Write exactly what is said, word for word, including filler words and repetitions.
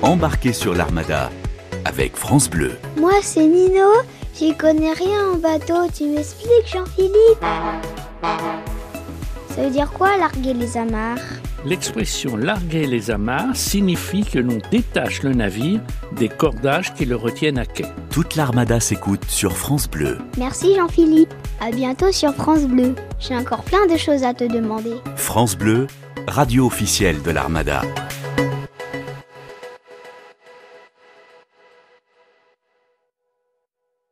Embarquez sur l'Armada avec France Bleu. Moi, c'est Nino. J'y connais rien en bateau. Tu m'expliques, Jean-Philippe? Ça veut dire quoi, larguer les amarres? L'expression « larguer les amarres » signifie que l'on détache le navire des cordages qui le retiennent à quai. Toute l'Armada s'écoute sur France Bleu. Merci, Jean-Philippe. À bientôt sur France Bleu. J'ai encore plein de choses à te demander. France Bleu, radio officielle de l'Armada.